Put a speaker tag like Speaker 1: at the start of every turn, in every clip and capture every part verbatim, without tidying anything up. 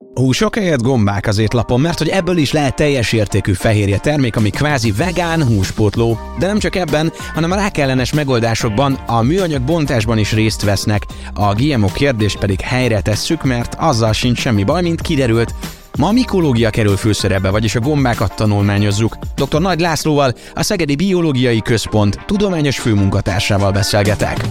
Speaker 1: Húsok helyett gombák az étlapon, mert hogy ebből is lehet teljes értékű fehérje termék, ami kvázi vegán húspótló. De nem csak ebben, hanem a rákellenes megoldásokban, a műanyag bontásban is részt vesznek. A gé em o kérdést pedig helyre tesszük, mert azzal sincs semmi baj, mint kiderült. Ma a mikológia kerül főszerepbe, vagyis a gombákat tanulmányozzuk. doktor Nagy Lászlóval, a Szegedi Biológiai Központ tudományos főmunkatársával beszélgetek.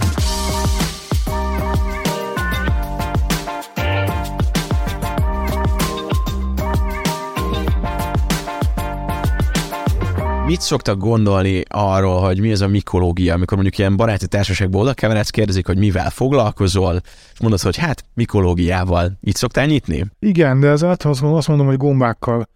Speaker 1: Mit szoktak gondolni arról, hogy mi ez a mikológia, amikor mondjuk ilyen baráti társaságból oda keveredsz, kérdezik, hogy mivel foglalkozol, és mondod, hogy hát mikológiával. Így szoktál nyitni?
Speaker 2: Igen, de az általában azt mondom, hogy gombákkal.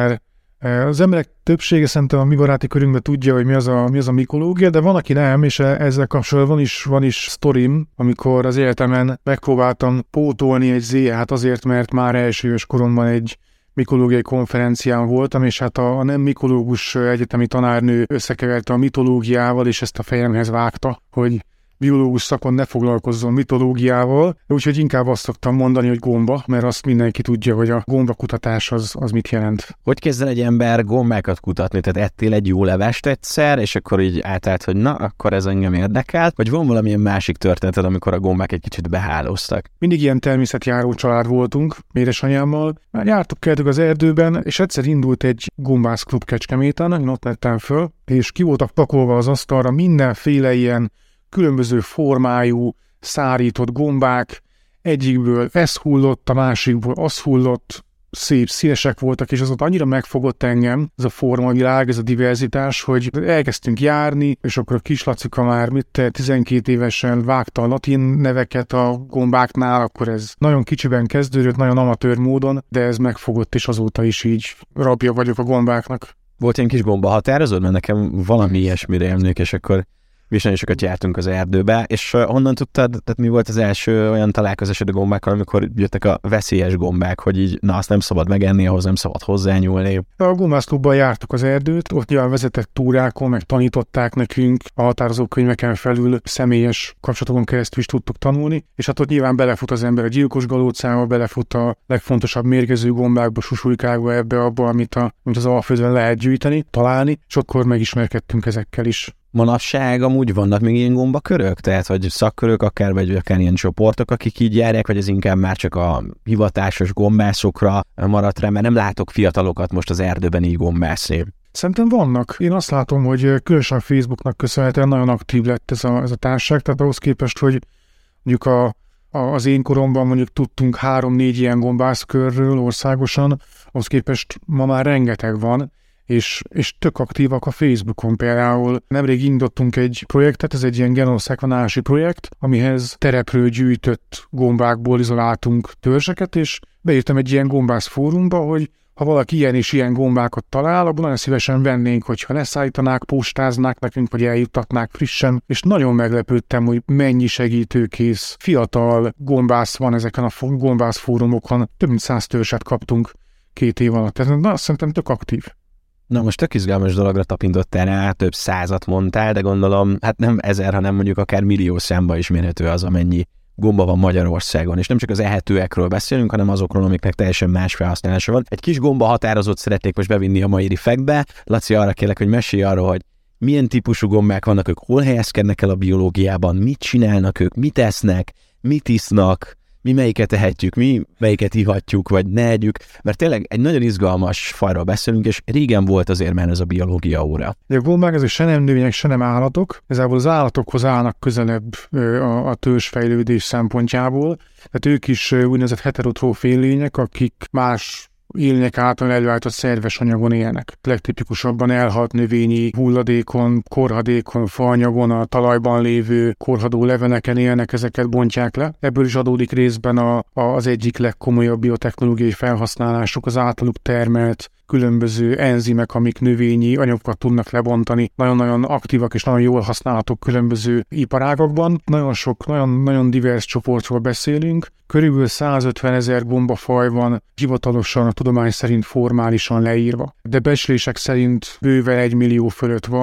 Speaker 2: Az emberek többsége szerintem a mi baráti körünkben tudja, hogy mi az a, mi az a mikológia, de van, aki nem, és ezzel kapcsolatban van is, van is sztorim, amikor az életemen megpróbáltam pótolni egy zé é-t azért, mert már elsős koromban egy mikológiai konferencián voltam, és hát a, a nem mikológus egyetemi tanárnő összekeverte a mitológiával, és ezt a fejemhez vágta, hogy biológus szakon ne foglalkozzon mitológiával, úgyhogy inkább azt szoktam mondani, hogy gomba, mert azt mindenki tudja, hogy a gombakutatás az, az mit jelent.
Speaker 1: Hogy kezd el egy ember gombákat kutatni? Tehát ettél egy jó levest egyszer, és akkor így átállt, hogy na, akkor ez engem érdekel, vagy van valamilyen másik történeted, amikor a gombák egy kicsit behálóztak?
Speaker 2: Mindig ilyen természetjáró család voltunk, édesanyámmal. Már jártuk, keltük az erdőben, és egyszer indult egy gombászklub Kecskeméten, én ott lettem föl, és ki voltak pakolva az asztalra mindenféle ilyen különböző formájú, szárított gombák, egyikből ez hullott, a másikból az hullott, szép, színesek voltak, és az ott annyira megfogott engem, ez a formavilág, ez a diverzitás, hogy elkezdtünk járni, és akkor a kislacika már mit tizenkét évesen vágta a latin neveket a gombáknál, akkor ez nagyon kicsiben kezdődött, nagyon amatőr módon, de ez megfogott, és azóta is így rabja vagyok a gombáknak.
Speaker 1: Volt ilyen kis gomba határozód, mert nekem valami ilyesmire emlék, és akkor viszonyosokat jártunk az erdőbe, és honnan tudtad, tehát mi volt az első olyan találkozásod a gombákkal, amikor jöttek a veszélyes gombák, hogy így, na azt nem szabad megenni, ahhoz nem szabad hozzányúlni.
Speaker 2: A gombászklubban jártuk az erdőt, ott nyilván vezetett túrákon, meg tanították nekünk, a határozó könyveken felül személyes kapcsolatokon keresztül is tudtuk tanulni, és hát ott nyilván belefut az ember a gyilkos galócába, belefut a legfontosabb mérgező gombákba, susulykákba, ebbe, abba, amit, a, amit az Alföldön lehet gyűjteni, találni, és akkor megismerkedtünk ezekkel is.
Speaker 1: Manapság amúgy vannak még ilyen gombakörök? Tehát, hogy szakkörök akár, vagy akár ilyen csoportok, akik így járják, vagy ez inkább már csak a hivatásos gombászokra maradt rá, mert nem látok fiatalokat most az erdőben így gombászni.
Speaker 2: Szerintem vannak. Én azt látom, hogy különösen a Facebooknak köszönhetően nagyon aktív lett ez a, ez a társaság, tehát ahhoz képest, hogy mondjuk a, a, az én koromban mondjuk tudtunk három-négy ilyen gombászkörről országosan, ahhoz képest ma már rengeteg van, És, és tök aktívak a Facebookon például. Nemrég indítottunk egy projektet, ez egy ilyen genoszekvenálási projekt, amihez terepről gyűjtött gombákból izoláltunk törzseket, és beírtam egy ilyen gombász fórumba, hogy ha valaki ilyen és ilyen gombákat talál, abban nagyon szívesen vennénk, hogyha leszállítanák, postáznák nekünk, vagy eljuttatnák frissen, és nagyon meglepődtem, hogy mennyi segítőkész, fiatal gombász van ezeken a gombász fórumokon. Több mint száz törzset kaptunk két év alatt. Ez na, azt szerintem tök aktív.
Speaker 1: Na most tök izgalmas dologra tapintottál rá, több százat mondtál, de gondolom, hát nem ezer, hanem mondjuk akár millió számba is mérhető az, amennyi gomba van Magyarországon. És nem csak az ehetőekről beszélünk, hanem azokról, amiknek teljesen más felhasználása van. Egy kis gomba határozót szeretnék most bevinni a mai rifekbe. Laci, arra kérlek, hogy mesélj arról, hogy milyen típusú gombák vannak, ők hol helyezkednek el a biológiában, mit csinálnak ők, mit esznek, mit isznak, mi melyiket ehetjük, mi melyiket ihatjuk, vagy ne együk, mert tényleg egy nagyon izgalmas fajról beszélünk, és régen volt azért már ez a biológia óra.
Speaker 2: A gombák ezek se nem növények, se nem állatok, ezáltal az állatokhoz állnak közelebb a, a törzsfejlődés szempontjából, tehát ők is úgynevezett heterotróf élőlények, akik más élőlények által előállított szerves anyagon élnek. Legtipikusabban elhalt növényi hulladékon, korhadékon, faanyagon, a talajban lévő korhadó leveleken élnek, ezeket bontják le. Ebből is adódik részben a, a, az egyik legkomolyabb biotechnológiai felhasználásuk, az általuk termelt különböző enzimek, amik növényi anyagokat tudnak lebontani, nagyon-nagyon aktívak és nagyon jól használhatók különböző iparágakban. Nagyon sok, nagyon, nagyon divers csoportról beszélünk. Körülbelül százötven ezer gombafaj van hivatalosan a tudomány szerint formálisan leírva. De becslések szerint bőven egy millió fölött van,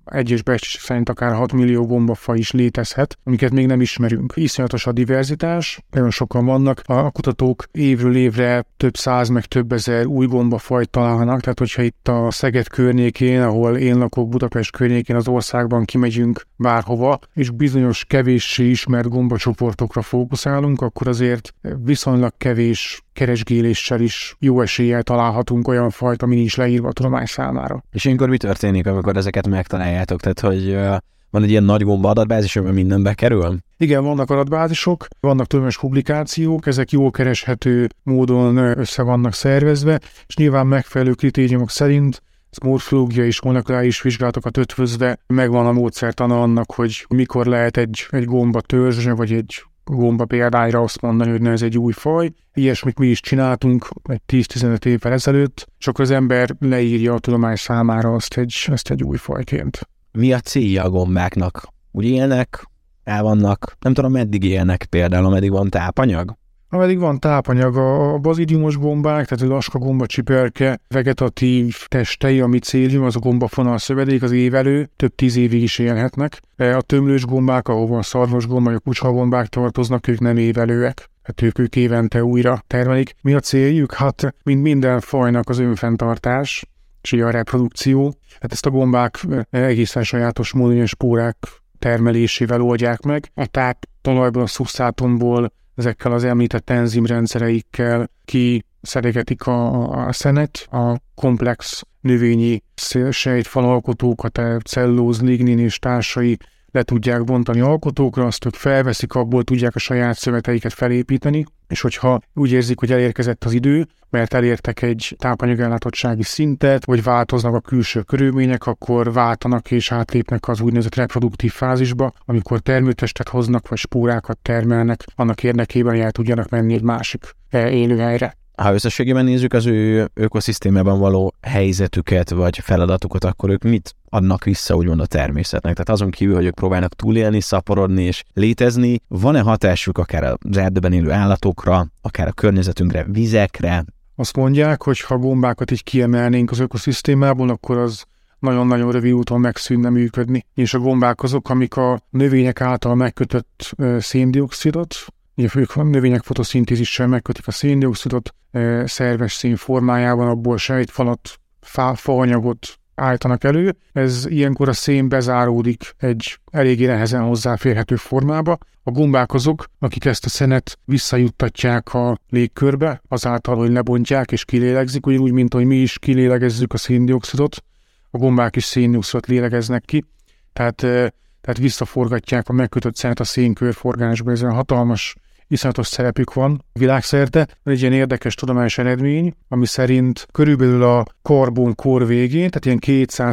Speaker 2: egyes becslések szerint akár hat millió gombafaj is létezhet, amiket még nem ismerünk. Iszonyatos a diverzitás, nagyon sokan vannak. A kutatók évről évre több száz, meg több ezer új gombafajt találnak, tehát hogyha itt a Szeged környékén, ahol én lakok, Budapest környékén az országban kimegyünk bárhova, és bizonyos kevéssé ismert gombacsoportokra fókuszálunk, akkor azért viszonylag kevés keresgéléssel is jó eséllyel találhatunk olyan fajt, ami nincs leírva a tudomány számára.
Speaker 1: És ilyenkor mi történik, amikor ezeket megtaláljátok? Tehát, hogy van egy ilyen nagy gomba adatbázis, amiben minden bekerül?
Speaker 2: Igen, vannak adatbázisok, vannak tudományos publikációk, ezek jól kereshető módon össze vannak szervezve, és nyilván megfelelő kritériumok szerint morfológiai és molekuláris vizsgálatokat ötvözve megvan a módszertana annak, hogy mikor lehet egy, egy gomba törzsre, vagy egy gomba példáira azt mondani, hogy ne, ez egy új faj. Ilyesmit mi is csináltunk egy tíz-tizenöt évvel ezelőtt, csak az ember leírja a tudomány számára azt egy, ezt egy új fajként.
Speaker 1: Mi a célja a gombáknak? Úgy élnek, el vannak, nem tudom, meddig élnek például, ameddig van tápanyag?
Speaker 2: Ameddig van tápanyag, a bazidiumos gombák, tehát a laska gombacsipelke vegetatív testei, a micélium, az a gombafonal szövedék, az évelő, több tíz évig is élhetnek. A tömlős gombák, ahova a szarvasgomba, vagy a kucsagombák tartoznak, ők nem évelőek. Hát ők, ők évente újra termelik. Mi a céljuk? Hát mint minden fajnak az önfenntartás, és a reprodukció. Hát ezt a gombák egészen sajátos módon és spórák termelésével oldják meg. A táptalajból, a szubsztrátumból ezekkel az említett enzimrendszereikkel kiszedegetik a, a szenet, a komplex növényi sejtfalalkotókat, a cellóz, lignin és társai le tudják bontani alkotókra, azt ők felveszik, abból tudják a saját szöveteiket felépíteni, és hogyha úgy érzik, hogy elérkezett az idő, mert elértek egy tápanyagellátottsági szintet, vagy változnak a külső körülmények, akkor váltanak és átlépnek az úgynevezett reproduktív fázisba, amikor termőtestet hoznak, vagy spórákat termelnek, annak érdekében, hogy el tudjanak menni egy másik élőhelyre.
Speaker 1: Ha összességében nézzük az ő ökoszisztémában való helyzetüket, vagy feladatukat, akkor ők mit adnak vissza úgymond a természetnek? Tehát azon kívül, hogy ők próbálnak túlélni, szaporodni és létezni, van-e hatásuk akár az erdőben élő állatokra, akár a környezetünkre, vizekre?
Speaker 2: Azt mondják, hogy ha gombákat így kiemelnénk az ökoszisztémából, akkor az nagyon-nagyon rövid úton megszűnne működni. És a gombák azok, amik a növények által megkötött széndioxidot, ők a növények fotoszintézissel megkötik a széndioxidot, szerves szén formájában, abból sejtfalat, fá, faanyagot állítanak elő. Ez ilyenkor a szén bezáródik egy eléggé nehezen hozzáférhető formába. A gombák azok, akik ezt a szenet visszajuttatják a légkörbe, azáltal, hogy lebontják és kilélegzik, ugyanúgy, mint hogy mi is kilélegezzük a széndioxidot, a gombák is széndioxidot lélegeznek ki, tehát, tehát visszaforgatják a megkötött szenet a szénkörforgásba. Ez egy hatalmas, iszonyatos szerepük van világszerte. Van egy ilyen érdekes tudományos eredmény, ami szerint körülbelül a karbonkor végén, tehát ilyen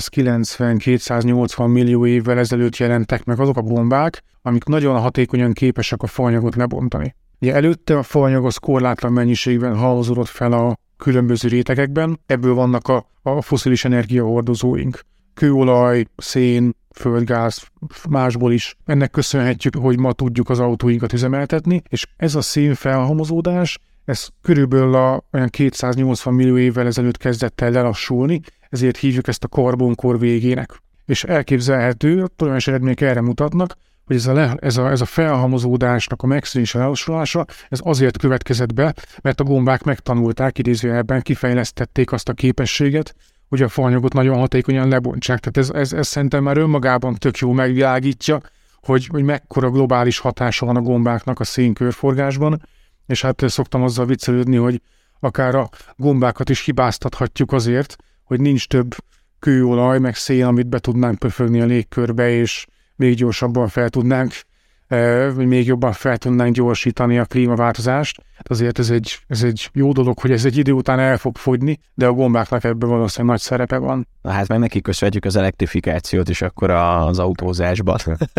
Speaker 2: kétszázkilencven-kétszáznyolcvan millió évvel ezelőtt jelentek meg azok a gombák, amik nagyon hatékonyan képesek a faanyagot lebontani. Ugye előtte a faanyag az korlátlan mennyiségben halmozódott fel a különböző rétegekben, ebből vannak a, a fosszilis energiahordozóink. Kőolaj, szén, földgáz, másból is. Ennek köszönhetjük, hogy ma tudjuk az autóinkat üzemeltetni, és ez a szénfelhalmozódás, ez körülbelül a, olyan kétszáznyolcvan millió évvel ezelőtt kezdett el lelassulni, ezért hívjuk ezt a karbonkor végének. És elképzelhető, a tudományos eredmények erre mutatnak, hogy ez a, le, ez a, ez a felhalmozódásnak a megszűnése, lelassulása, ez azért következett be, mert a gombák megtanulták, idézőjelben kifejlesztették azt a képességet, hogy a faanyagot nagyon hatékonyan lebontsák. Tehát ez, ez, ez szerintem már önmagában tök jó megvilágítja, hogy, hogy mekkora globális hatása van a gombáknak a szénkörforgásban, és hát szoktam azzal viccelődni, hogy akár a gombákat is hibáztathatjuk azért, hogy nincs több kőolaj, meg szén, amit be tudnánk pöfögni a légkörbe, és még gyorsabban fel tudnánk, vagy még jobban fel tudnánk gyorsítani a klímaváltozást. Azért ez egy, ez egy jó dolog, hogy ez egy idő után el fog fogyni, de a gombáknak ebben valószínűleg nagy szerepe van.
Speaker 1: Na hát meg nekik köszönhetjük az elektrifikációt is akkor az autózásban.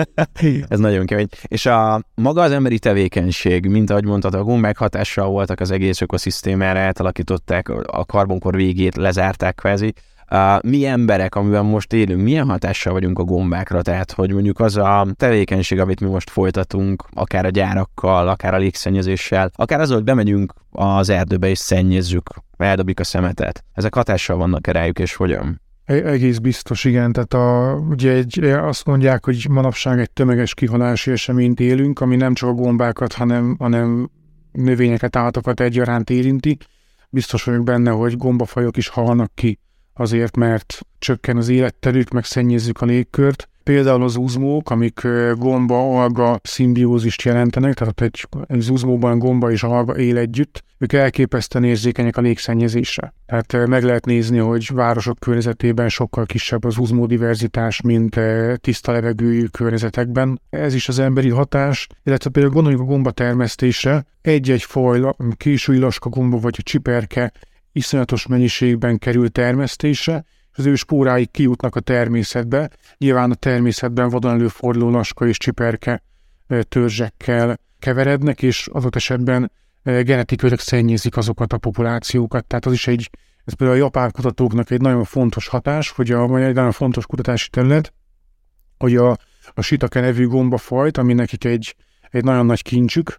Speaker 1: Ez nagyon kemény. És a maga az emberi tevékenység, mint ahogy mondtad, a gombák hatással voltak az egész ökoszisztémára, átalakították, a karbonkor végét lezárták kvázi. Uh, mi emberek, amiben most élünk, milyen hatással vagyunk a gombákra? Tehát, hogy mondjuk az a tevékenység, amit mi most folytatunk, akár a gyárakkal, akár a légszennyezéssel, akár az, hogy bemegyünk az erdőbe és szennyezzük, eldobjuk a szemetet. Ezek hatással vannak rájuk, és hogyan?
Speaker 2: Egész biztos, igen. Tehát a, ugye egy, azt mondják, hogy manapság egy tömeges kihalási eseményt élünk, ami nem csak a gombákat, hanem, hanem növényeket, állatokat egyaránt érinti. Biztos vagyok benne, hogy gombafajok is halnak ki azért, mert csökken az életterük, meg szennyezzük a légkört. Például az uzmók, amik gomba-alga szimbiózist jelentenek, tehát egy, egy uzmóban gomba és alga él együtt, ők elképesztően érzékenyek a légszennyezésre. Tehát meg lehet nézni, hogy városok környezetében sokkal kisebb az uzmó diverzitás, mint tiszta levegőjű környezetekben. Ez is az emberi hatás, illetve például gondoljunk a gombatermesztésre, egy-egy faj, késői laskagomba vagy a csiperke iszonyatos mennyiségben kerül termesztésre, és az ő spóráik kijutnak a természetbe. Nyilván a természetben vadon előforduló laska és csiperke törzsekkel keverednek, és adott esetben genetikailag szennyezik azokat a populációkat. Tehát az is egy, ez például a japán kutatóknak egy nagyon fontos hatás, hogy a, egy nagyon fontos kutatási terület, hogy a, a shiitake nevű gombafajt, ami nekik egy, egy nagyon nagy kincsük,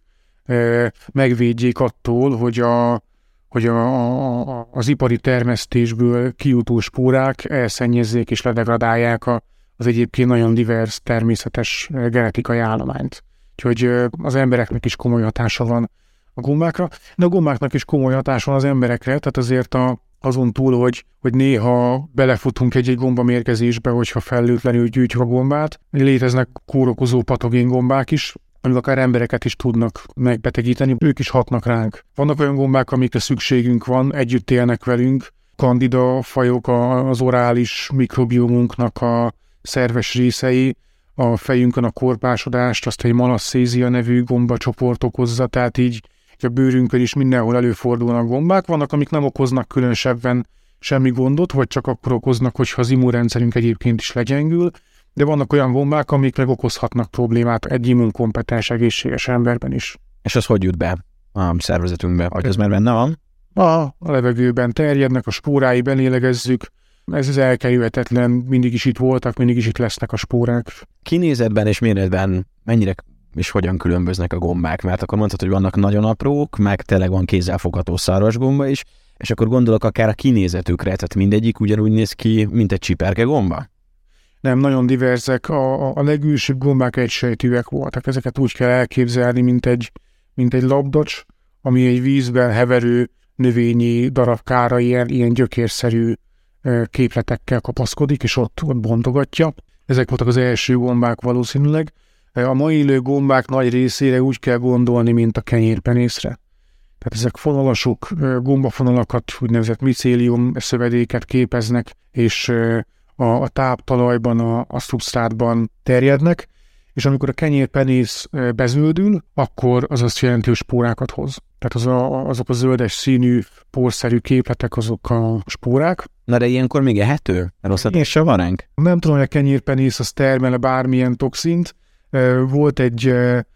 Speaker 2: megvédjék attól, hogy a hogy a, a, az ipari termesztésből kijutó spórák elszennyezzék és ledegradálják a, az egyébként nagyon divers természetes genetikai állományt. Úgyhogy az embereknek is komoly hatása van a gombákra, de a gombáknak is komoly hatása van az emberekre, tehát azért a, azon túl, hogy, hogy néha belefutunk egy-egy gombamérgezésbe, hogyha felelőtlenül gyűjtjük a gombát, léteznek kórokozó patogén gombák is, amik akár embereket is tudnak megbetegíteni, ők is hatnak ránk. Vannak olyan gombák, amikre szükségünk van, együtt élnek velünk, kandida fajok, az orális mikrobiomunknak a szerves részei, a fejünkön a korpásodást, azt egy malasszézia nevű gombacsoport okozza, tehát így a bőrünkön is mindenhol előfordulnak gombák. Vannak, amik nem okoznak különösebben semmi gondot, vagy csak akkor okoznak, hogyha az immunrendszerünk egyébként is legyengül, de vannak olyan gombák, amik meg okozhatnak problémát egy immunkompetens, egészséges emberben is.
Speaker 1: És az hogy jut be a szervezetünkbe? Hogy az már benne van?
Speaker 2: A, a levegőben terjednek, a spórái belélegezzük, ez az elkerülhetetlen, mindig is itt voltak, mindig is itt lesznek a spórák.
Speaker 1: Kinézetben és méretben mennyire és hogyan különböznek a gombák? Mert akkor mondhatod, hogy vannak nagyon aprók, meg tényleg van kézzelfogható szarvasgomba is, és akkor gondolok akár a kinézetükre, tehát mindegyik ugyanúgy néz ki, mint egy csiperke gomba?
Speaker 2: Nem, nagyon diverzek. A, a, a legülsőbb gombák egysejtűek voltak. Ezeket úgy kell elképzelni, mint egy, mint egy labdacs, ami egy vízben heverő növényi darabkára ilyen, ilyen gyökérszerű képletekkel kapaszkodik, és ott, ott bontogatja. Ezek voltak az első gombák valószínűleg. A mai élő gombák nagy részére úgy kell gondolni, mint a kenyérpenészre. Tehát ezek fonalasok, gombafonalakat, úgynevezett micélium szövedéket képeznek, és a, a táptalajban, a, a szubsztrátban terjednek, és amikor a kenyérpenész bezöldül, akkor az azt jelenti, hogy spórákat hoz. Tehát az a, azok a zöldes színű, porszerű képletek, azok a spórák.
Speaker 1: Na de ilyenkor még ehető? Rossz hatással van ránk?
Speaker 2: Nem tudom, hogy a kenyérpenész az termel bármilyen toxint. Volt egy,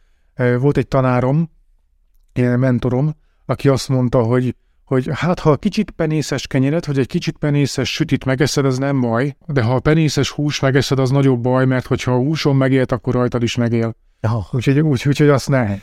Speaker 2: volt egy tanárom, mentorom, aki azt mondta, hogy, hogy hát ha a kicsit penészes kenyeret, vagy egy kicsit penészes sütit megeszed, az nem baj, de ha a penészes hús megeszed, az nagyobb baj, mert hogyha a húson megélt, akkor rajtad is megél. Oh. Úgyhogy úgy, úgy, hogy azt ne.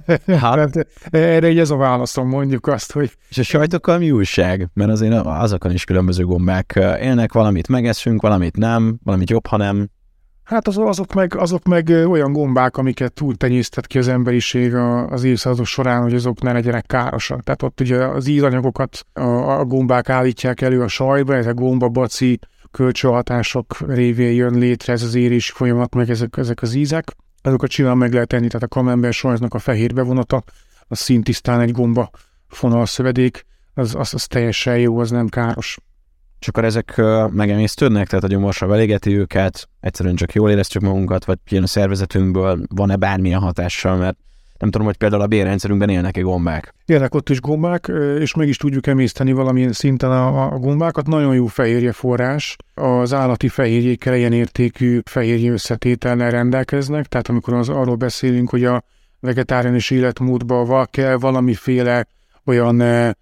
Speaker 2: Hát. Erre így ez a válaszom, mondjuk azt, hogy...
Speaker 1: És a sajtokkal mi újság? Mert azért azokon is különböző gombák élnek, valamit megeszünk, valamit nem, valamit jobb, ha nem.
Speaker 2: Hát az, azok, meg, azok meg olyan gombák, amiket úgy tenyésztett ki az emberiség az évszázadok során, hogy azok ne legyenek károsak. Tehát ott ugye az ízanyagokat a, a gombák állítják elő a sajba, ez a gombabaci kölcsönhatások révén jön létre ez az érési folyamat, meg ezek, ezek az ízek. Azokat simán meg lehet enni, tehát a camembert sajznak a fehér bevonata, az szintisztán egy gomba fonal szövedék, az, az, az teljesen jó, az nem káros.
Speaker 1: És akkor ezek uh, megemésztődnek, tehát a gyomorsav elégeti őket, egyszerűen csak jól éreztük magunkat, vagy jön a szervezetünkből, van-e bármilyen hatással, mert nem tudom, hogy például a bérrendszerünkben élnek-e gombák.
Speaker 2: Élnek ott is gombák, és meg is tudjuk emészteni valamilyen szinten a, a gombákat. Nagyon jó fehérje forrás. Az állati fehérjékkel ilyen értékű fehérje összetétellel rendelkeznek, tehát amikor az, arról beszélünk, hogy a vegetáriánus életmódban kell valamiféle olyan e,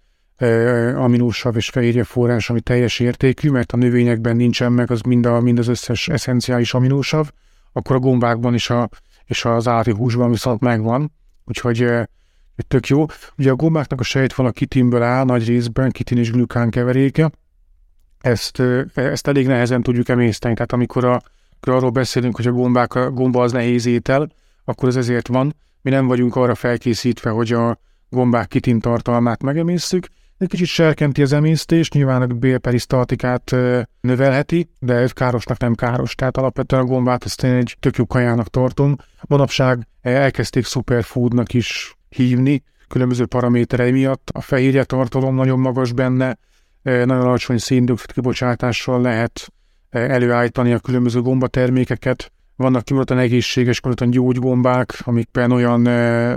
Speaker 2: e, aminósav és fehérje forrás, ami teljes értékű, mert a növényekben nincsen meg az mind, a, mind az összes eszenciális aminósav, akkor a gombákban is a, és az állati húsban viszont megvan. Úgyhogy tök jó. Ugye a gombáknak a sejtfala kitinből áll nagy részben, kitin és glükán keveréke. ezt, ezt elég nehezen tudjuk emészteni. Tehát amikor, a, amikor arról beszélünk, hogy a, gombák, a gomba az nehéz étel, akkor ez ezért van. Mi nem vagyunk arra felkészítve, hogy a gombák kitin tartalmát megemészszük. Egy kicsit serkenti az emésztést, nyilván a bélperisztaltikát növelheti, de károsnak nem káros. Tehát alapvetően a gombát ezt én egy tök jó kajának tartom. Manapság elkezdték superfoodnak is hívni, különböző paraméterei miatt. A fehérje tartalom nagyon magas benne, nagyon alacsony szén-dioxid kibocsátással lehet előállítani a különböző gombatermékeket. Vannak kimondottan egészséges, kimondottan gyógygombák, amikben olyan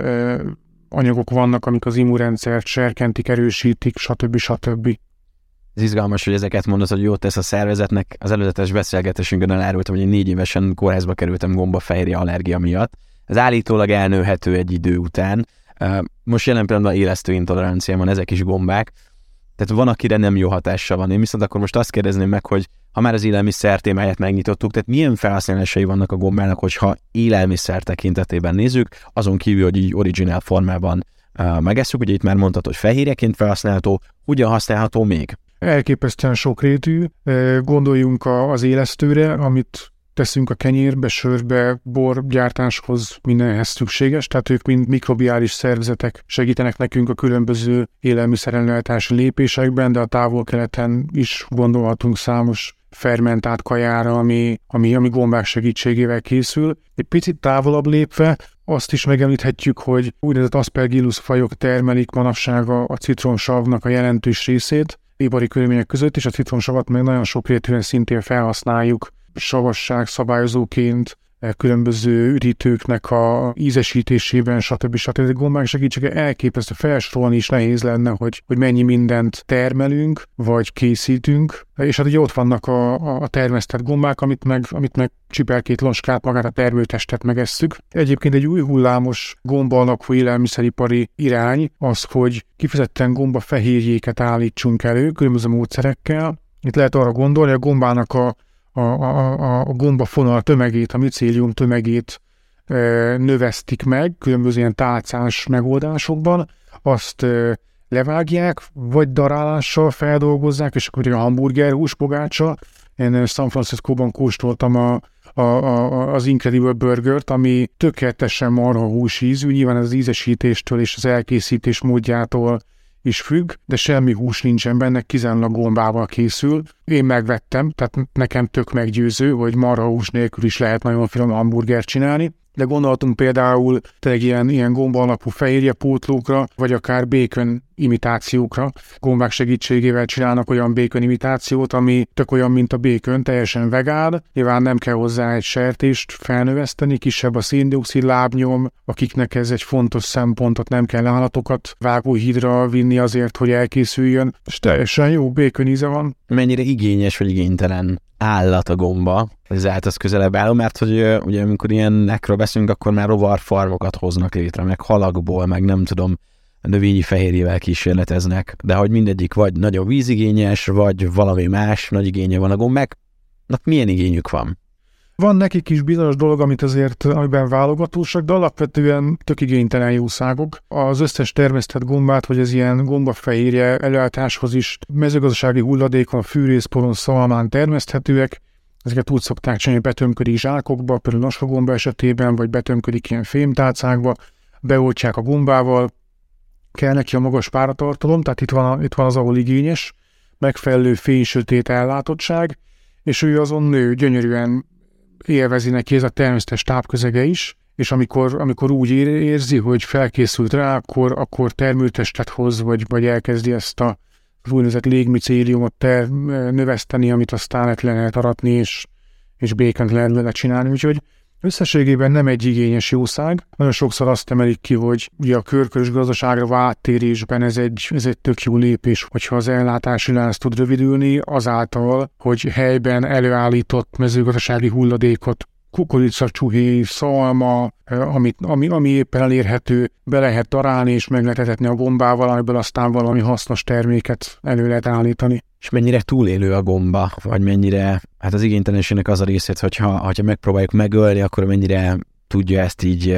Speaker 2: anyagok vannak, amik az immunrendszert serkentik, erősítik, stb. stb.
Speaker 1: Ez izgalmas, hogy ezeket mondod, hogy jót tesz a szervezetnek. Az előzetes beszélgetésünkön elárultam, hogy én négy évesen kórházba kerültem gombafehérje allergia miatt. Ez állítólag elnőhető egy idő után. Most jelen pillanatban élesztő intoleranciám van, ezek is gombák. Tehát van, akire nem jó hatással van. Én viszont akkor most azt kérdezném meg, hogy ha már az élelmiszer témáját megnyitottuk, tehát milyen felhasználásai vannak a gombának, hogyha élelmiszer tekintetében nézzük, azon kívül, hogy így originál formában uh, megesszük, ugye itt már mondtad, hogy fehérjeként felhasználható, ugyan használható még?
Speaker 2: Elképesztően sokrétű. Gondoljunk az élesztőre, amit teszünk a kenyérbe, sörbe, borgyártáshoz, mindenhez szükséges, tehát ők mind mikrobiális szervezetek segítenek nekünk a különböző élelmiszerellátási lépésekben, de a távol-keleten is gondolhatunk számos fermentált kajára, ami, ami, ami gombák segítségével készül. Egy picit távolabb lépve azt is megemlíthetjük, hogy úgynevezett Aspergillus fajok termelik manapság a, a citromsavnak a jelentős részét ipari körülmények között, és a citromsavat meg nagyon sokrétűen szintén felhasználjuk savasság szabályozóként, különböző üdítőknek a ízesítésében, stb. stb. A gombák segítsége elképesztő, felsorolni is nehéz lenne, hogy, hogy mennyi mindent termelünk, vagy készítünk, és hát ugye ott vannak a, a termesztett gombák, amit meg, amit meg csipelkét, lonskát, magát a termőtestet megesszük. Egyébként egy új hullámos gomba alapú élelmiszeripari irány az, hogy kifejezetten gomba fehérjéket állítsunk elő, különböző módszerekkel. Itt lehet arra gondolni, a gombának a A, a, a gombafonal tömegét, a micélium tömegét e, növesztik meg, különböző ilyen tálcás megoldásokban, azt e, levágják, vagy darálással feldolgozzák, és akkor a hamburger húspogácsa. Én San Franciscóban kóstoltam a, a, a, az Incredible Burgert, ami tökéletesen marha húsízű, nyilván az ízesítéstől és az elkészítés módjától is függ, de semmi hús nincsen benne, kizárólag gombával készül. Én megvettem, tehát nekem tök meggyőző, hogy marhahús nélkül is lehet nagyon finom hamburgert csinálni, de gondoltunk például tényleg ilyen, ilyen gomba alapú fehérjepótlókra, vagy akár bacon imitációkra. Gombák segítségével csinálnak olyan bacon imitációt, ami tök olyan, mint a bacon, teljesen vegán. Nyilván nem kell hozzá egy sertést felnöveszteni, kisebb a szén-dioxid lábnyom, akiknek ez egy fontos szempontot, nem kell állatokat vágóhídra vinni azért, hogy elkészüljön. És teljesen jó bacon íze van.
Speaker 1: Mennyire igényes vagy igénytelen állat a gomba, az állt az közelebb álló, mert hogy ugye amikor ilyenekről beszélünk, akkor már rovarfarmokat hoznak létre, meg halakból, meg nem tudom, növényi fehérjével kísérleteznek, de hogy mindegyik vagy nagyon vízigényes, vagy valami más nagy igénye van a gombáknak, milyen igényük van?
Speaker 2: Van nekik is bizonyos dolog, amit azért, amiben válogatósak, de alapvetően tök igénytelen jószágok. Az összes termesztett gombát, vagy az ilyen gombafehérje előállításhoz is mezőgazdasági hulladékon, fűrészporon, szalmán termeszthetőek. Ezeket úgy szokták csinálni, betömködik zsákokba, például nasvagomba esetében, vagy betömködik ilyen fémtálcákba, beoltják a gombával, kell neki a magas páratartalom, tehát itt van, itt van az, ahol igényes, megfelelő fénysötét ellátottság, és ő azon nő, gyönyörűen élvezi neki ez a természetes tápközege is, és amikor, amikor úgy érzi, hogy felkészült rá, akkor, akkor termőtestet hoz, vagy, vagy elkezdi ezt a úgynevezett légmicéliumot ter, növeszteni, amit aztán le lehet aratni, és, és békent lehet vele csinálni. Úgyhogy összességében nem egy igényes jószág. Nagyon sokszor azt emelik ki, hogy ugye a körkörös gazdaságra áttérésben ez egy, ez egy tök jó lépés, hogyha az ellátási lánc tud rövidülni, azáltal, hogy helyben előállított mezőgazdasági hulladékot, kukorica, csuhé, szalma, amit, ami, ami éppen elérhető, be lehet darálni, és meg lehet etetni a gombával, amiből aztán valami hasznos terméket elő lehet állítani.
Speaker 1: És mennyire túlélő a gomba, vagy mennyire, hát az igénytelenségnek az a részét, hogyha, hogyha megpróbáljuk megölni, akkor mennyire tudja ezt így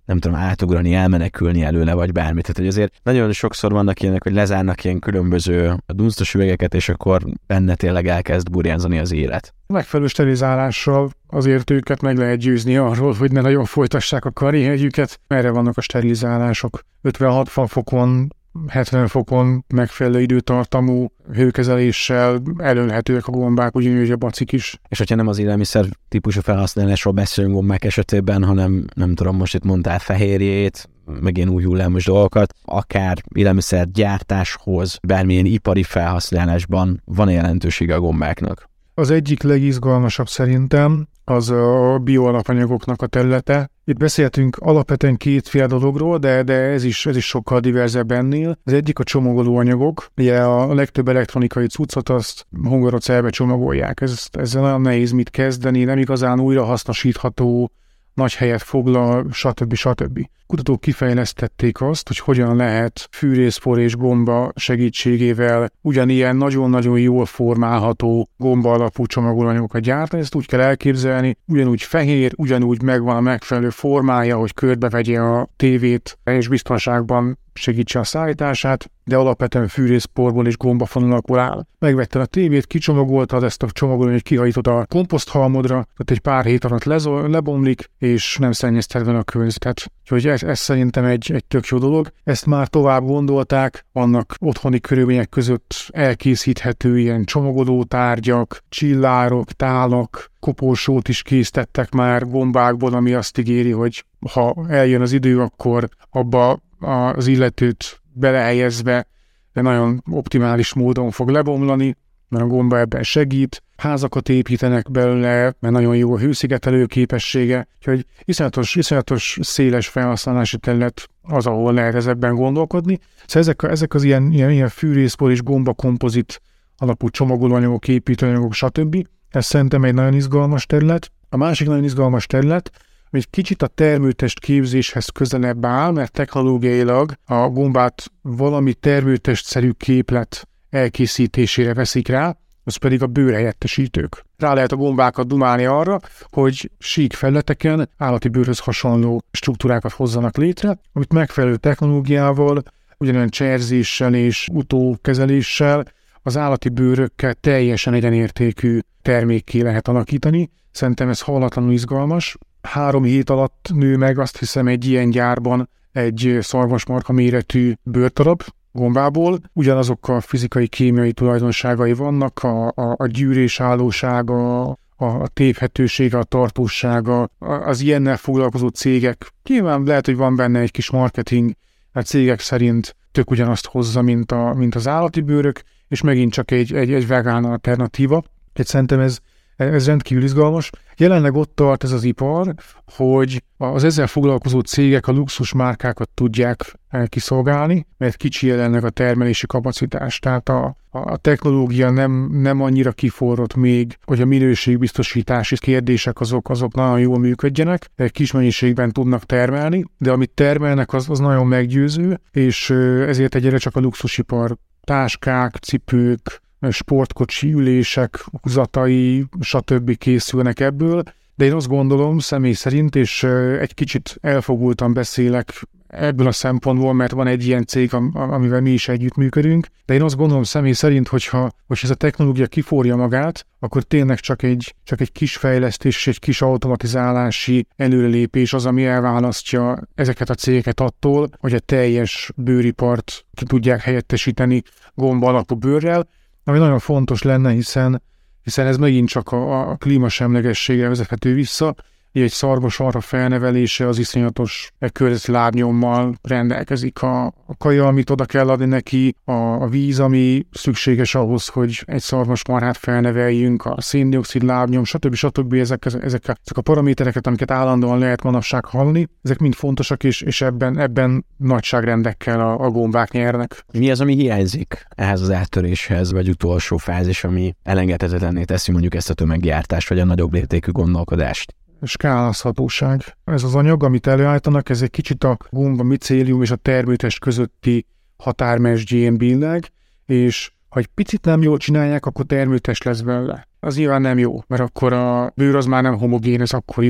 Speaker 1: nem tudom, átugrani, elmenekülni előle, vagy bármit. Tehát, hogy azért nagyon sokszor vannak ilyenek, hogy lezárnak ilyen különböző dunsztos üvegeket, és akkor benne tényleg elkezd burjánzani az élet.
Speaker 2: Megfelelő sterilizálással azért őket meg lehet győzni arról, hogy ne nagyon folytassák a karrierjüket. Erre vannak a sterilizálások. ötven-hatvan fokon, hetven fokon megfelelő időtartamú hőkezeléssel elölhetőek a gombák, ugyanúgy a bacik is.
Speaker 1: És hogyha nem az élelmiszer típusú felhasználásról beszélünk gombák esetében, hanem nem tudom, most itt mondtál fehérjét, meg ilyen új hullámos dolgokat, akár élelmiszer gyártáshoz, bármilyen ipari felhasználásban van jelentősége a gombáknak.
Speaker 2: Az egyik legizgalmasabb szerintem az a bioalapanyagoknak a területe. Itt beszéltünk alapvetően kétféle dologról, de, de ez, is, ez is sokkal diverzebb ennél. Az egyik a csomagolóanyagok. Ugye a legtöbb elektronikai cuccot azt hungarocelbe csomagolják. Ez, ezzel nagyon nehéz mit kezdeni, nem igazán újra hasznosítható, nagy helyet foglal, stb. stb. Kutatók kifejlesztették azt, hogy hogyan lehet fűrészpor és gomba segítségével ugyanilyen nagyon-nagyon jól formálható gomba alapú csomagolóanyagokat gyártani. Ezt úgy kell elképzelni, ugyanúgy fehér, ugyanúgy megvan a megfelelő formája, hogy körbevegye a tévét, és biztonságban segítse a szállítását, de alapvetően fűrészporból és gombafonalakból áll. Megvetted a tévét, kicsomagoltad ezt a csomagolóanyagot, kihajtod a komposzthalmodra, tehát egy pár hét alatt lezol, lebomlik, és nem szennyezted vele a környezetet. Úgyhogy ez, ez szerintem egy, egy tök jó dolog. Ezt már tovább gondolták, vannak otthoni körülmények között elkészíthető ilyen csomagolótárgyak, csillárok, tálak, koporsót is készítettek már gombákból, ami azt ígéri, hogy ha eljön az idő, akkor abba az illetőt belehelyezve, de nagyon optimális módon fog lebomlani, mert a gomba ebben segít. Házakat építenek belőle, mert nagyon jó a hőszigetelő képessége, úgyhogy iszonyatos, iszonyatos széles felhasználási terület az, ahol lehet ezekben gondolkodni. Szóval ezek, ezek az ilyen, ilyen, ilyen fűrészpor és gomba kompozit alapú csomagolóanyagok, építőanyagok, stb. Ez szerintem egy nagyon izgalmas terület. A másik nagyon izgalmas terület, hogy kicsit a termőtest képzéshez közelebb áll, mert technológiailag a gombát valami termőtestszerű képlet elkészítésére veszik rá, az pedig a bőrhelyettesítők. Rá lehet a gombákat dumálni arra, hogy sík felületeken állati bőrhöz hasonló struktúrákat hozzanak létre, amit megfelelő technológiával, ugyanolyan cserzéssel és utókezeléssel az állati bőrökkel teljesen egyenértékű termékké lehet alakítani. Szerintem ez hallatlanul izgalmas. Három hét alatt nő meg, azt hiszem, egy ilyen gyárban egy szarvasmarha méretű bőrdarab gombából. Ugyanazokkal a fizikai, kémiai tulajdonságai vannak, a, a, a gyűrésállósága, a, a téphetősége, a tartósága, az ilyennel foglalkozó cégek. Nyilván lehet, hogy van benne egy kis marketing, a cégek szerint tök ugyanazt hozza, mint, a, mint az állati bőrök, és megint csak egy, egy, egy vegán alternatíva. Tehát szerintem ez Ez rendkívül izgalmas. Jelenleg ott tart ez az ipar, hogy az ezzel foglalkozó cégek a luxus márkákat tudják kiszolgálni, mert kicsi jelenleg a termelési kapacitás. Tehát a, a technológia nem, nem annyira kiforrott még, hogy a minőségbiztosítási kérdések azok, azok nagyon jól működjenek, kis mennyiségben tudnak termelni, de amit termelnek, az, az nagyon meggyőző, és ezért egyre csak a luxusipar, táskák, cipők, sportkocsi ülések, húzatai, stb. Készülnek ebből, de én azt gondolom személy szerint, és egy kicsit elfogultan beszélek ebből a szempontból, mert van egy ilyen cég, amivel mi is együttműködünk, de én azt gondolom személy szerint, hogyha, hogyha ez a technológia kiforja magát, akkor tényleg csak egy, csak egy kis fejlesztés és egy kis automatizálási előrelépés az, ami elválasztja ezeket a cégeket attól, hogy a teljes bőripart ki tudják helyettesíteni gomba alapú bőrrel, ami nagyon fontos lenne, hiszen, hiszen ez megint csak a, a klímasemlegességre vezethető vissza, így egy szarvasmarha felnevelése az iszonyatos környezeti lábnyommal rendelkezik. A, a kaja, amit oda kell adni neki, a, a víz, ami szükséges ahhoz, hogy egy szarvasmarhát felneveljünk, a széndioxid lábnyom, stb. stb. Ezek, ezek, ezek a paramétereket, amiket állandóan lehet manapság hallani, ezek mind fontosak, és, és ebben, ebben nagyságrendekkel a, a gombák nyernek.
Speaker 1: Mi az, ami hiányzik ehhez az áttöréshez, vagy utolsó fázis, ami elengedhetetlenné teszi mondjuk ezt a tömeggyártást, vagy a nagyobb léptékű gondolkodást?
Speaker 2: Skálázhatóság. Ez az anyag, amit előállítanak, ez egy kicsit a gomba, micélium és a termőtest közötti határmesdjén billeg, és ha egy picit nem jól csinálják, akkor termőtest lesz belőle. Az nyilván nem jó, mert akkor a bőr az már nem homogén, ez akkor jó a,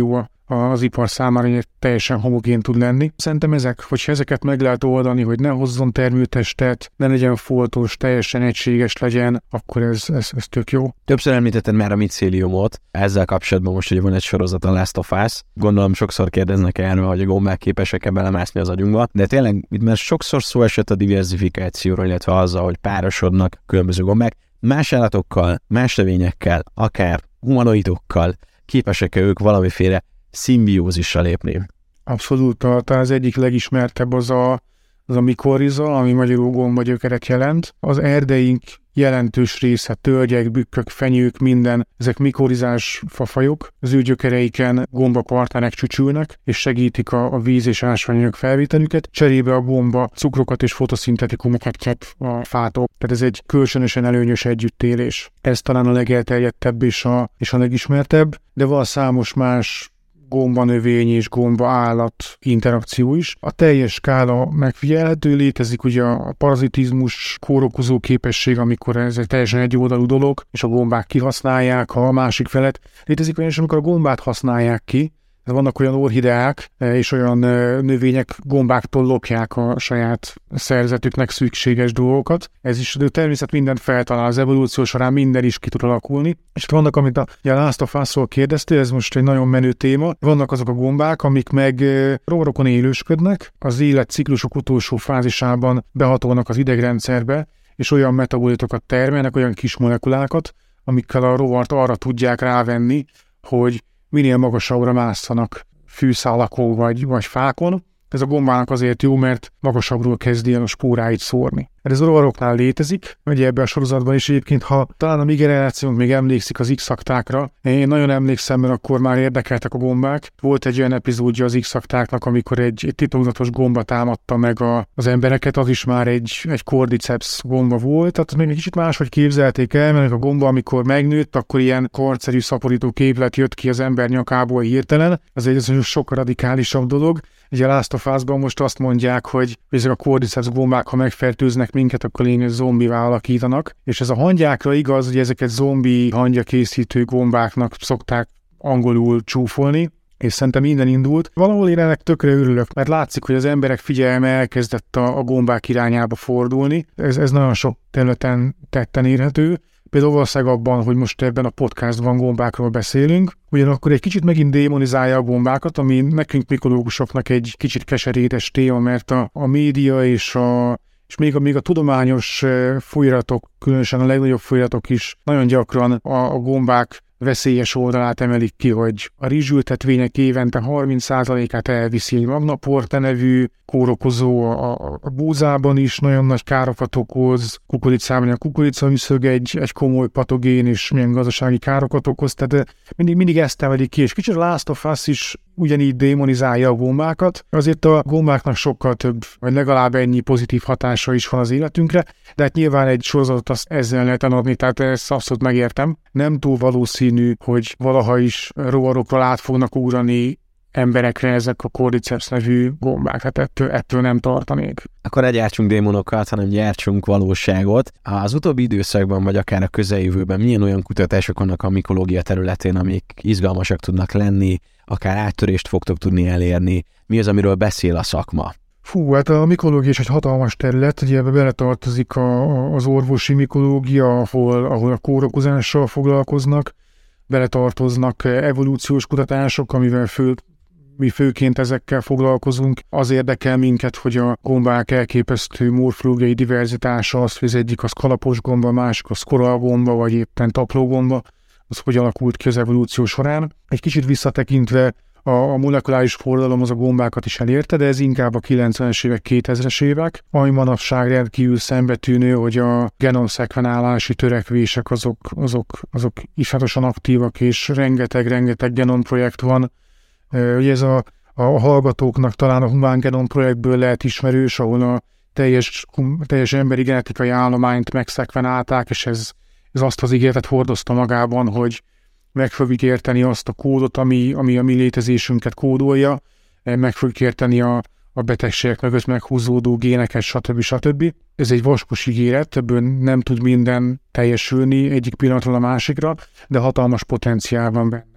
Speaker 2: az ipar számára egy teljesen homogén tud lenni. Szerintem ezek, hogyha ezeket meg lehet oldani, hogy ne hozzon termőtestet, ne legyen foltos, teljesen egységes legyen, akkor ez, ez, ez tök jó.
Speaker 1: Többször említetted már a micéliumot, ezzel kapcsolatban most ugye van egy sorozat, a Last of Us. Gondolom sokszor kérdeznek erről, hogy a gombák képesek-e belemászni az agyunkba, de tényleg itt már sokszor szó esett a diversifikációról, illetve azzal, hogy párosodnak különböző gombák, más állatokkal, más növényekkel, akár humanoidokkal, képesek-e ők valamiféle szimbiózissal lépni?
Speaker 2: Abszolút, talán az egyik legismertebb az a, az a mikoriza, ami magyarul gombagyökeret jelent. Az erdeink jelentős része, tölgyek, bükkök, fenyők, minden, ezek mikorizás fafajok. Az ő gyökereiken gombapartnerek csücsülnek, és segítik a, a víz és ásványanyag felvételüket. Cserébe a gomba cukrokat és fotoszintetikumokat kap a fától. Tehát ez egy kölcsönösen előnyös együttélés. Ez talán a legelterjedtebb és a, és a legismertebb, de van számos más gombanövény és gomba állat interakció is. A teljes skála megfigyelhető, létezik ugye a parazitizmus, kórokozó képesség, amikor ez egy teljesen egyoldalú dolog, és a gombák kihasználják a másik felet. Létezik olyan is, amikor a gombát használják ki. Vannak olyan orhideák és olyan növények, gombáktól lopják a saját szerzetüknek szükséges dolgokat. Ez is a természet mindent feltalál, az evolúció során minden is ki tud alakulni. És vannak, amit a, a Last of Us-ról kérdeztél, ez most egy nagyon menő téma. Vannak azok a gombák, amik meg rovarokon élősködnek, az életciklusok utolsó fázisában behatolnak az idegrendszerbe, és olyan metabolitokat termelnek, olyan kis molekulákat, amikkel a rovart arra tudják rávenni, hogy minél magasabbra másszanak fűszálakon vagy, vagy fákon. Ez a gombának azért jó, mert magasabbról kezdi el a spóráit szórni. Ez a rovaroknál létezik, ugye ebben a sorozatban is egyébként, ha talán a mi generációnk még emlékszik az X-aktákra, én nagyon emlékszem, mert akkor már érdekeltek a gombák. Volt egy olyan epizódja az X-aktáknak, amikor egy, egy titokzatos gomba támadta meg a, az embereket, az is már egy, egy cordyceps gomba volt, tehát még egy kicsit máshogy képzelték el, mert a gomba, amikor megnőtt, akkor ilyen karcerű szaporító képlet jött ki az ember nyakából hirtelen, az egy sokkal radikálisabb dolog. Ugye a Last of Us-ban most azt mondják, hogy ezek a cordyceps gombák, ha megfertőznek minket, akkor lényeg zombivá alakítanak. És ez a hangyákra igaz, hogy ezeket zombi hangya készítő gombáknak szokták angolul csúfolni, és szerintem minden indult. Valahol én ennek tökre örülök, mert látszik, hogy az emberek figyelme elkezdett a, a gombák irányába fordulni. Ez, ez nagyon sok területen tetten érhető. Például valószínűleg abban, hogy most ebben a podcastban gombákról beszélünk, ugyanakkor egy kicsit megint démonizálja a gombákat, ami nekünk mikológusoknak egy kicsit keserédes téma, mert a, a média és, a, és még, a, még a tudományos folyamatok, különösen a legnagyobb folyamatok is nagyon gyakran a, a gombák veszélyes oldalát emelik ki, hogy a rizsültetvények évente harminc százalékát elviszi egy magnaporte nevű kórokozó, a, a búzában is nagyon nagy károkat okoz, kukoricában a kukoricaműszög egy, egy komoly patogén és milyen gazdasági károkat okoz, tehát mindig, mindig ezt emelik ki, és kicsit a Last of Us is ugyanígy démonizálja a gombákat. Azért a gombáknak sokkal több, vagy legalább ennyi pozitív hatása is van az életünkre, de hát nyilván egy sorozatot azt ezzel lehet adni, tehát ezt abszolút megértem. Nem túl valószínű, hogy valaha is rovarokról át fognak ugrani emberekre ezek a cordyceps nevű gombák, hát ettől, ettől nem tartanék.
Speaker 1: Akkor ne gyártsunk démonokat, hanem gyártsunk valóságot. Az utóbbi időszakban, vagy akár a közeljövőben milyen olyan kutatások vannak a mikológia területén, amik izgalmasak tudnak lenni, akár áttörést fogtok tudni elérni? Mi az, amiről beszél a szakma?
Speaker 2: Fú, hát a mikológia is egy hatalmas terület, ugye ebbe beletartozik a, az orvosi mikológia, ahol, ahol a kórokozással foglalkoznak, beletartoznak evolúciós kutatások, amivel fő, mi főként ezekkel foglalkozunk. Az érdekel minket, hogy a gombák elképesztő morfológiai diverzitása, az, hogy az egyik az kalapos gomba, a másik az korallgomba, vagy éppen taplógomba, az hogy alakult ki az evolúció során. Egy kicsit visszatekintve a, a molekuláris forradalom az a gombákat is elérte, de ez inkább a kilencvenes évek, kétezres évek, ami manapság rendkívül szembetűnő, hogy a genomszekvenálási törekvések azok, azok, azok iszonyatosan aktívak, és rengeteg-rengeteg genomprojekt van. Ugye ez a, a hallgatóknak talán a Humán Genom projektből lehet ismerős, ahol a teljes, teljes emberi genetikai állományt megszekvenálták, és ez, ez azt az ígéretet hordozta magában, hogy meg fogjuk érteni azt a kódot, ami, ami a mi létezésünket kódolja, meg fogjuk érteni a, a betegségek mögött meghúzódó géneket, stb. stb. Ez egy vaskos ígéret, ebből nem tud minden teljesülni egyik pillanatról a másikra, de hatalmas potenciál van benne.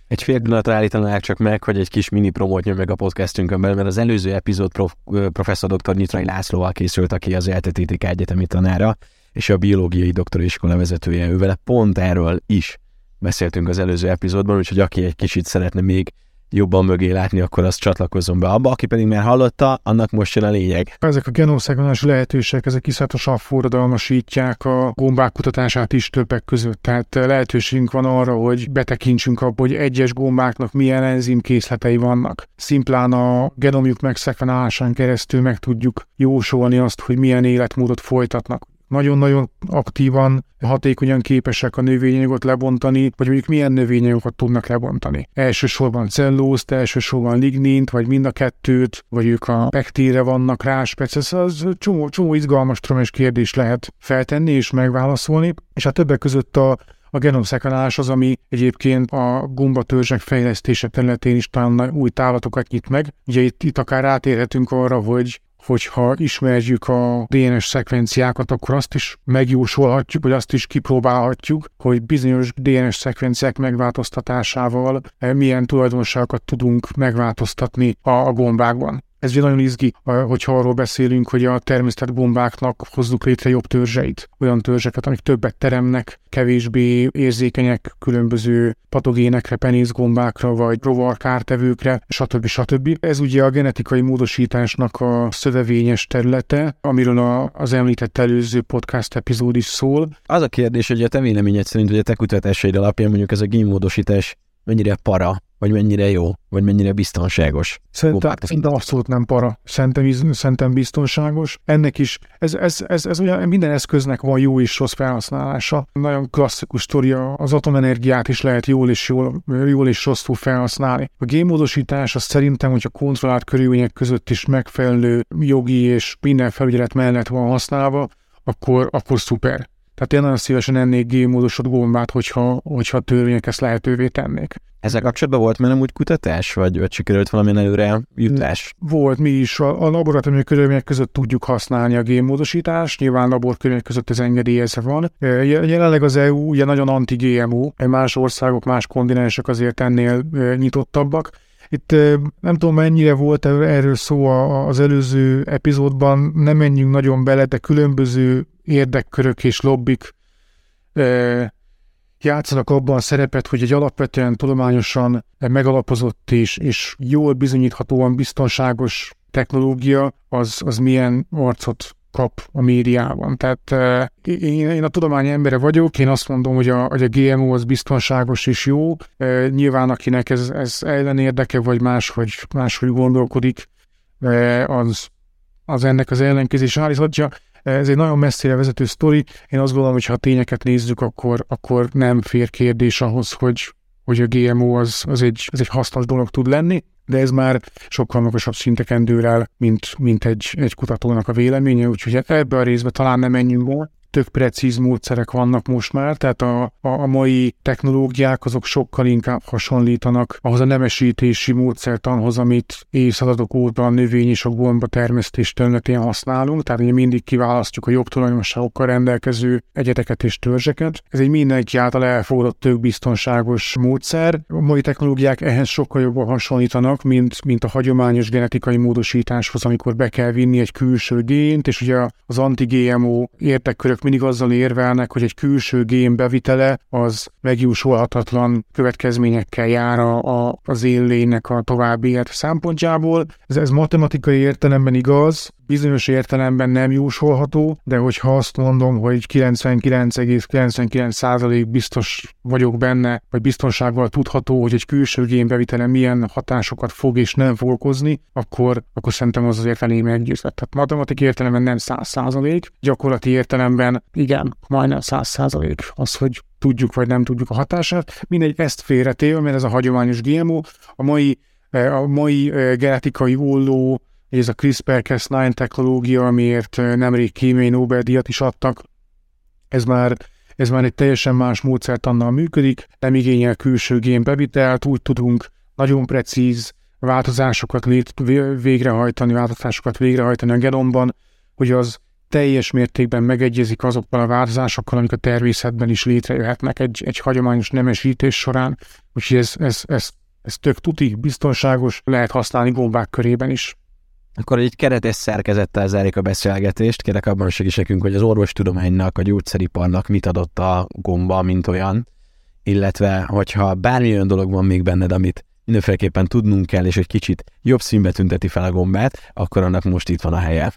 Speaker 1: Egy fél pillanatra állítanák csak meg, hogy egy kis mini promót nyom meg a podcastünkön belül, mert az előző epizód prof, professzor doktor Nyitrai Lászlóval készült, aki az é té té ká egyetemi tanára, és a biológiai doktoriskola vezetője. Ővele pont erről is beszéltünk az előző epizódban, úgyhogy aki egy kicsit szeretne még jobban mögé látni, akkor azt csatlakozzon be abba. Aki pedig már hallotta, annak most jön a lényeg.
Speaker 2: Ezek a genomszekvenálási lehetőségek, ezek iszonyatosan forradalmasítják a gombák kutatását is többek között. Tehát lehetőségünk van arra, hogy betekintsünk abba, hogy egyes gombáknak milyen enzimkészletei vannak. Szimplán a genomjuk megszekvenálásán keresztül meg tudjuk jósolni azt, hogy milyen életmódot folytatnak. Nagyon-nagyon aktívan, hatékonyan képesek a növényanyagot lebontani, vagy mondjuk milyen növényanyagokat tudnak lebontani. Elsősorban cellulózt, elsősorban lignint, vagy mind a kettőt, vagy ők a pektére vannak rá, ez az csomó, csomó izgalmas tromás kérdést lehet feltenni és megválaszolni, és a többek között a A genomszekvenálás az, ami egyébként a gombatörzsek fejlesztése területén is talán új távlatokat nyit meg. Ugye itt, itt akár rátérhetünk arra, hogy hogyha ismerjük a dé en es szekvenciákat, akkor azt is megjósolhatjuk, vagy azt is kipróbálhatjuk, hogy bizonyos dé en es szekvenciák megváltoztatásával milyen tulajdonságokat tudunk megváltoztatni a, a gombákban. Ez ugye nagyon izgi, hogyha arról beszélünk, hogy a természet gombáknak hozzuk létre jobb törzseit. Olyan törzseket, amik többet teremnek, kevésbé érzékenyek különböző patogénekre, penészgombákra, vagy rovarkártevőkre, stb. stb. Ez ugye a genetikai módosításnak a szövevényes területe, amiről a, az említett előző podcast epizód is szól.
Speaker 1: Az a kérdés, hogy a te véleményed szerint, hogy a te kutatásaid alapján mondjuk ez a génmódosítás mennyire para, vagy mennyire jó, vagy mennyire biztonságos?
Speaker 2: Szerintem, szerintem abszolút nem para. Szerintem, szerintem biztonságos. Ennek is, ez, ez, ez, ez ugye minden eszköznek van jó és rossz felhasználása. Nagyon klasszikus sztoria, az atomenergiát is lehet jól és, jól, jól és rosszul felhasználni. A génmódosítás az szerintem, hogyha kontrollált körülmények között is megfelelő jogi és minden felügyelet mellett van használva, akkor, akkor szuper. Tehát én nagyon szívesen ennék génmódosult gombát, hogyha, hogyha törvények ezt lehetővé tennék.
Speaker 1: Ezzel kapcsolatban volt már nem úgy kutatás, vagy, vagy sikerült valamilyen előre jutás?
Speaker 2: Volt, mi is. A, a laboratóriumi körülmények között tudjuk használni a génmódosítást, nyilván laborkörülmények között ez engedélyezve van. Jelenleg az é u ugye nagyon anti-gé em o, más országok, más kontinensek azért ennél nyitottabbak. Itt nem tudom, mennyire volt erről szó az előző epizódban, nem menjünk nagyon bele, de különböző érdekkörök és lobbik játszanak abban a szerepet, hogy egy alapvetően tudományosan megalapozott és, és jól bizonyíthatóan biztonságos technológia, az, az milyen arcot kap a médiában. Tehát én, én a tudomány embere vagyok, én azt mondom, hogy a, hogy a gé em o az biztonságos és jó. Nyilván akinek ez, ez ellenérdeke, vagy máshogy, máshogy gondolkodik, az, az ennek az ellenkezés állíthatja. Ez egy nagyon messzire vezető sztori. Én azt gondolom, hogy ha a tényeket nézzük, akkor, akkor nem fér kérdés ahhoz, hogy, hogy a gé em o az, az, egy, az egy hasznos dolog tud lenni, de ez már sokkal magasabb szinteken dől el, mint, mint egy, egy kutatónak a véleménye, úgyhogy ebbe a részbe talán nem menjünk be. Tök precíz módszerek vannak most már, tehát a, a, a mai technológiák azok sokkal inkább hasonlítanak ahhoz a nemesítési módszertanhoz, amit évszázadok óta a növény és a gomba termesztés területén használunk, tehát ugye mindig kiválasztjuk a jobb tulajdonságokkal rendelkező egyedeket és törzseket. Ez egy mindenki által elfogadott tök biztonságos módszer. A mai technológiák ehhez sokkal jobban hasonlítanak, mint, mint a hagyományos genetikai módosításhoz, amikor be kell vinni egy külső gént, és ugye az anti-gé em o érdekkörök mindig azzal érvelnek, hogy egy külső gén bevitele az megjósolhatatlan következményekkel jár a, a, az élőlénynek a további élet szempontjából. Ez, ez matematikai értelemben igaz, bizonyos értelemben nem jósolható, de hogyha azt mondom, hogy kilencvenkilenc egész kilencvenkilenc százalék biztos vagyok benne, vagy biztonsággal tudható, hogy egy külső génbevitele milyen hatásokat fog és nem fog okozni, akkor, akkor szerintem az azért elég meggyőzött. Tehát matematikai értelemben nem száz százalék, gyakorlati értelemben igen, majdnem száz százalék az, hogy tudjuk vagy nem tudjuk a hatását. Mindegy, ezt félretéve, mert ez a hagyományos gé em o, a mai, a mai genetikai olló, ez a CRISPR Cas kilenc technológia, amiért nemrég kémiai Nobel-díjat is adtak, ez már, ez már egy teljesen más módszertannal működik, nem igényel külső génbevitelt, úgy tudunk nagyon precíz változásokat lét, végrehajtani, változásokat végrehajtani a genomban, hogy az teljes mértékben megegyezik azokkal a változásokkal, amik a természetben is létrejöhetnek egy, egy hagyományos nemesítés során, úgyhogy ez, ez, ez, ez tök tuti, biztonságos, lehet használni gombák körében is.
Speaker 1: Akkor egy keretes szerkezettel zárjuk a beszélgetést. Kérlek, abban segíts nekünk, hogy az orvostudománynak, a gyógyszeriparnak mit adott a gomba, mint olyan, illetve hogyha bármi olyan dolog van még benned, amit mindenféleképpen tudnunk kell, és egy kicsit jobb színbe tünteti fel a gombát, akkor annak most itt van a helye.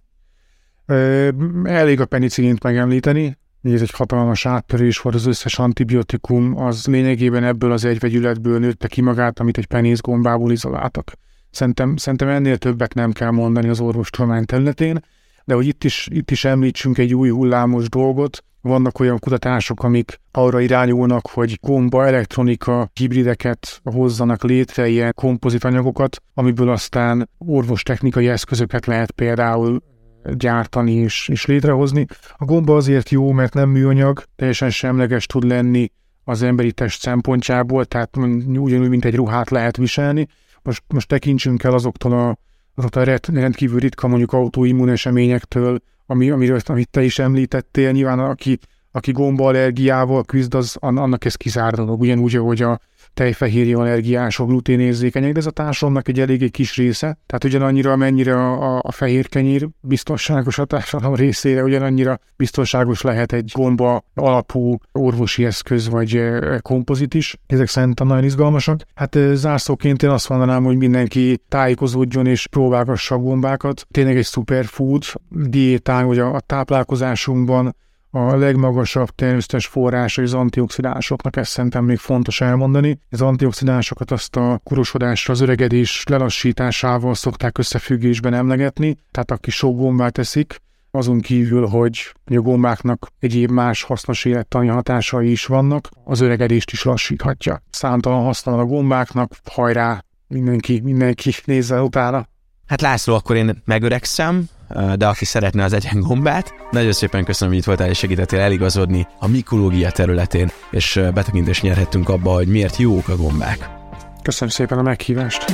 Speaker 2: Elég a penicillint megemlíteni, ez egy hatalmas áttörés volt, az összes antibiotikum, az lényegében ebből az egy vegyületből nőtte ki magát, amit egy penészgombából izoláltak. Szerintem, szerintem ennél többet nem kell mondani az orvostudomány területén, de hogy itt is, itt is említsünk egy új hullámos dolgot, vannak olyan kutatások, amik arra irányulnak, hogy gomba, elektronika, hibrideket hozzanak létre, ilyen kompozit anyagokat, amiből aztán orvostechnikai eszközöket lehet például gyártani és, és létrehozni. A gomba azért jó, mert nem műanyag, teljesen semleges tud lenni az emberi test szempontjából, tehát ugyanúgy, mint egy ruhát lehet viselni. Most, most tekintsünk el azoktól a, azoktól a rendkívül ritka mondjuk autoimmun eseményektől, ami, amiről, amit te is említettél. Nyilván aki, aki gombaallergiával küzd, az, annak ez kizárólag, ugyanúgy, ahogy a tejfehérje allergiások, gluténérzékenyek, de ez a társadalomnak egy elég egy kis része. Tehát ugyanannyira, amennyire a, a, a fehér kenyér biztonságos a társadalom részére, ugyanannyira biztonságos lehet egy gomba alapú orvosi eszköz vagy e, kompozit is. Ezek szerintem nagyon izgalmasak. Hát e, zárszóként én azt mondanám, hogy mindenki tájékozódjon és próbálgassa a gombákat. Tényleg egy superfood diétán, hogy a, a táplálkozásunkban a legmagasabb természetes forrása az antioxidánsoknak, ezt szerintem még fontos elmondani. Az antioxidánsokat azt a korosodásra, az öregedés lelassításával szokták összefüggésben emlegetni, tehát aki sok gombát eszik, azon kívül, hogy a gombáknak egyéb más hasznos élettani hatásai is vannak, az öregedést is lassíthatja. Számtalan haszna a gombáknak, hajrá, mindenki, mindenki nézze utána.
Speaker 1: Hát László, akkor én megöregszem, de aki szeretne, az egyen gombát. Nagyon szépen köszönöm, hogy itt voltál és segítettél eligazodni a mikológia területén, és betekintést nyerhettünk abba, hogy miért jók a gombák.
Speaker 2: Köszönöm szépen a meghívást!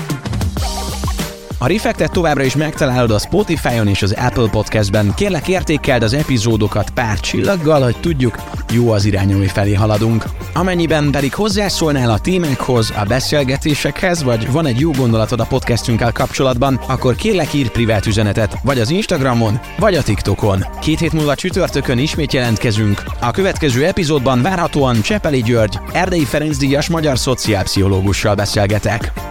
Speaker 1: A Refektet továbbra is megtalálod a Spotify-on és az Apple Podcastben. Kérlek, értékeld az epizódokat pár csillaggal, hogy tudjuk, jó az irány, ami felé haladunk. Amennyiben pedig hozzászólnál a témákhoz, a beszélgetésekhez, vagy van egy jó gondolatod a podcastünkkel kapcsolatban, akkor kérlek, írj privát üzenetet, vagy az Instagramon, vagy a TikTokon. Két hét múlva csütörtökön ismét jelentkezünk. A következő epizódban várhatóan Csepeli György, Erdei Ferenc díjas magyar szociálpszichológussal beszélgetek.